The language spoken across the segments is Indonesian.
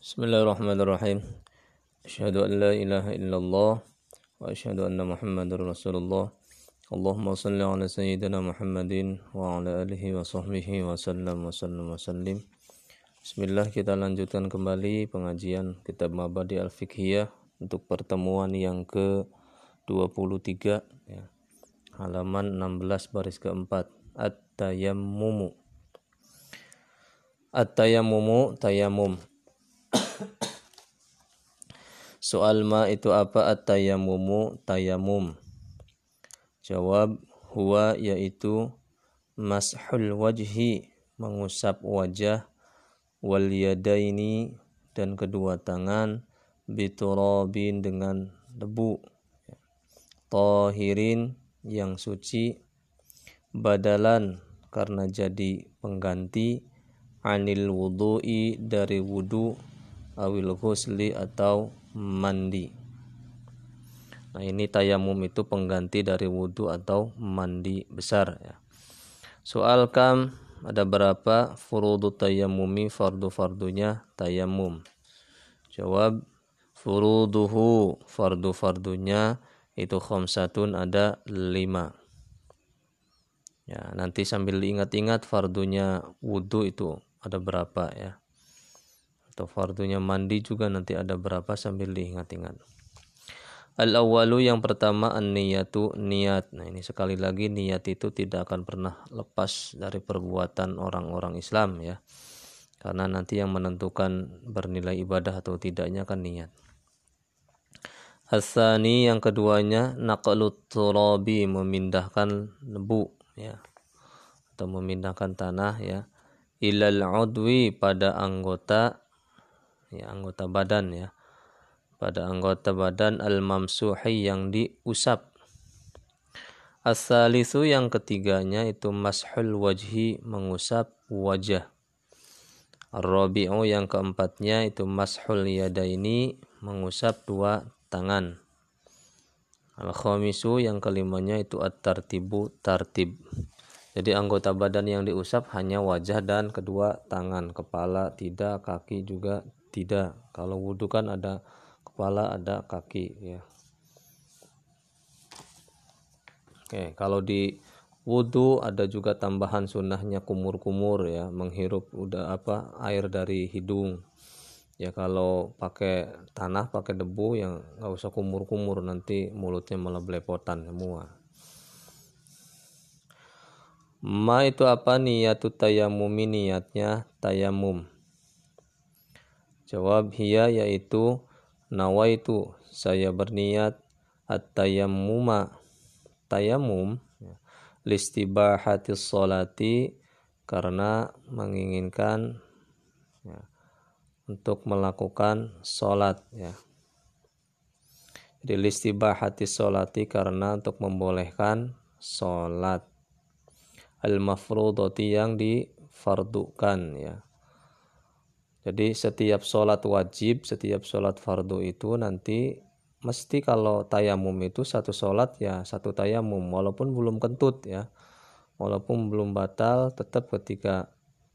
Bismillahirrahmanirrahim. Asyhadu an la ilaha illallah wa asyhadu anna Muhammadar Rasulullah. Allahumma shalli ala sayyidina Muhammadin wa ala alihi wa sahbihi wa sallam wa sallam wa sallim. Bismillah, kita lanjutkan kembali pengajian kitab Mabadi Al-Fiqhiyah untuk pertemuan yang ke-23 ya. Halaman 16 baris keempat. At-tayammumu. At-tayammumu, tayamum. Soal ma itu apa? At-tayammumu, tayamum. Jawab, huwa yaitu mashul wajhi, mengusap wajah, wal yadaini dan kedua tangan, biturabin dengan debu, tahirin yang suci, badalan karena jadi pengganti, anil wudu'i dari wudu, awil ghusli atau mandi. Nah, ini tayamum itu pengganti dari wudu atau mandi besar ya. Soal kam, ada berapa furudu tayamumi, fardu-fardunya tayamum? Jawab, furuduhu, fardu-fardunya itu khamsatun, ada 5. Ya, nanti sambil ingat-ingat fardunya wudu itu ada berapa ya. Atau fardunya mandi juga nanti ada berapa sambil diingat-ingat. Al-awwalu, yang pertama, an-niyatu, niat. Nah, ini sekali lagi niat itu tidak akan pernah lepas dari perbuatan orang-orang Islam ya. Karena nanti yang menentukan bernilai ibadah atau tidaknya kan niat. As-tsani, yang keduanya, naqlut turabi, memindahkan debu ya. Atau memindahkan tanah ya. Ilal udwi, pada anggota ya, anggota badan ya, pada anggota badan, al-mamsuhi, yang diusap. As-salisu, yang ketiganya itu mashul wajhi, mengusap wajah. Ar-rabi'u, yang keempatnya itu mashul yadaini, mengusap dua tangan. Al-khamisu, yang kelimanya itu at-tartibu, tartib. Jadi anggota badan yang diusap hanya wajah dan kedua tangan, kepala tidak, kaki juga tidak. Kalau wudu kan ada kepala, ada kaki ya. Oke, kalau di wudu ada juga tambahan sunnahnya kumur-kumur ya, menghirup air dari hidung. Ya, kalau pakai tanah, pakai debu yang nggak usah kumur-kumur, nanti mulutnya malah belepotan semua. Ma itu apa? Niyatu tayamumi, niatnya tayamum. Jawab, hiya yaitu nawaitu, saya berniat, at-tayammuma, tayamum, listibahatis sholati, karena menginginkan ya, untuk melakukan sholat ya. Jadi listibahatis sholati, karena untuk membolehkan sholat. Al-mafrudoti, yang difardukan ya. Jadi setiap sholat wajib, setiap sholat fardu itu nanti mesti kalau tayamum itu satu sholat ya satu tayamum, walaupun belum kentut ya, walaupun belum batal, tetap ketika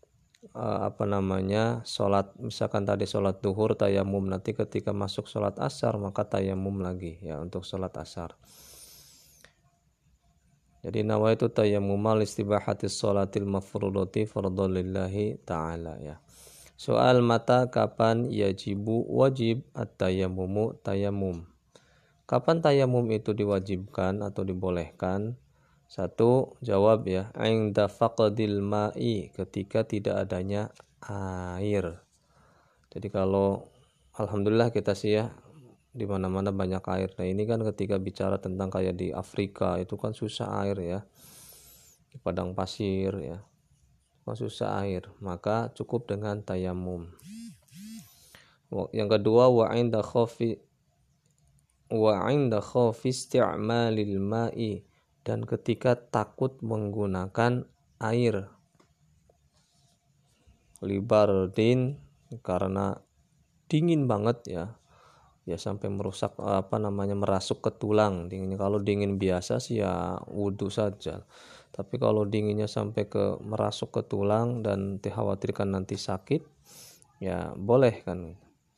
sholat, misalkan tadi sholat duhur tayamum, nanti ketika masuk sholat asar maka tayamum lagi ya untuk sholat asar. Jadi nawaitu tayammumal istibahatis sholatil mafrudati fardhu lillahi ta'ala ya. Soal mata, kapan yajibu, wajib at-tayammumu, tayamum. Kapan tayamum itu diwajibkan atau dibolehkan? 1, jawab ya, inda faqdil ma'i, ketika tidak adanya air. Jadi kalau alhamdulillah kita sih ya di mana-mana banyak air. Nah, ini kan ketika bicara tentang kayak di Afrika itu kan susah air ya. Di padang pasir ya. Susah air, maka cukup dengan tayamum. Yang kedua, wa inda khawfi isti'malil ma'i, dan ketika takut menggunakan air. Libardin, karena dingin banget ya. Ya sampai merusak merasuk ke tulang dinginnya. Kalau dingin biasa sih ya wudu saja. Tapi kalau dinginnya sampai merasuk ke tulang dan dikhawatirkan nanti sakit, ya boleh kan.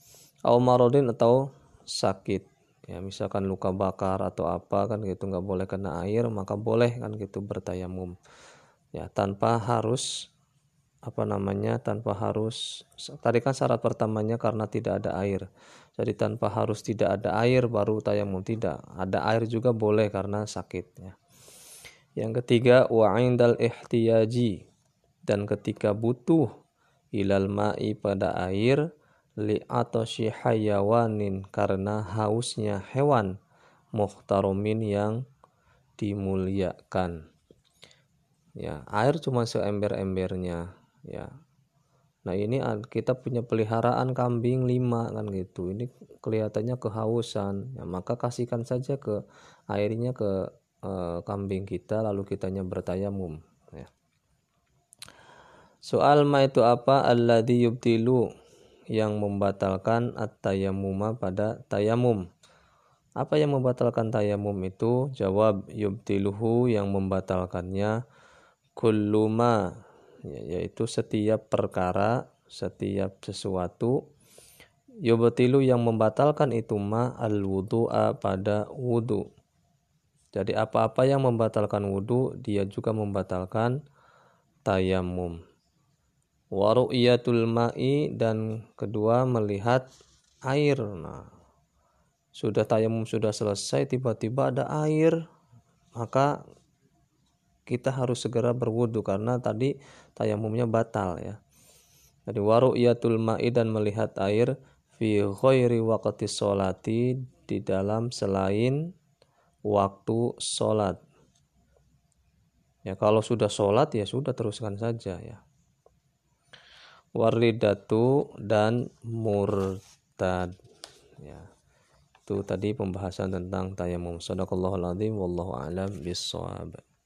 au marodin atau sakit. Ya, misalkan luka bakar atau apa kan gitu nggak boleh kena air, maka boleh kan gitu bertayamum. Ya, tanpa harus tanpa harus, tadi kan syarat pertamanya karena tidak ada air. Jadi tanpa harus tidak ada air baru tayamum, tidak. Ada air juga boleh karena sakit ya. Yang ketiga wa indal ihtiyaji, dan ketika butuh ilal ma'i pada air li atosyi hayawanin karena hausnya hewan muhtaromin yang dimuliakan. Ya, air cuma seember-embernya ya. Nah, ini kita punya peliharaan kambing 5 kan gitu. Ini kelihatannya kehausan. Ya, maka kasihkan saja ke airnya ke kambing kita lalu kitanya bertayamum ya. Soal ma itu apa? Alladzi yubtilu, yang membatalkan at-tayammuma pada tayamum. Apa yang membatalkan tayamum itu? Jawab yubtiluhu, yang membatalkannya kulluma, yaitu setiap perkara, setiap sesuatu, yubtilu yang membatalkan itu ma al-wudu'a pada wudu. Jadi apa-apa yang membatalkan wudu dia juga membatalkan tayamum. Wa ru'yatul ma'i, dan kedua melihat air. Nah, sudah tayamum sudah selesai tiba-tiba ada air, maka kita harus segera berwudu karena tadi tayamumnya batal ya. Jadi waru'yatul ma'i, dan melihat air fi ghairi waqti sholati, di dalam selain waktu sholat. Ya, kalau sudah sholat ya sudah teruskan saja ya. Waridatu, dan murtad. Ya. Itu tadi pembahasan tentang tayamum. Shadaqallahul adzim wallahu a'lam bissawab.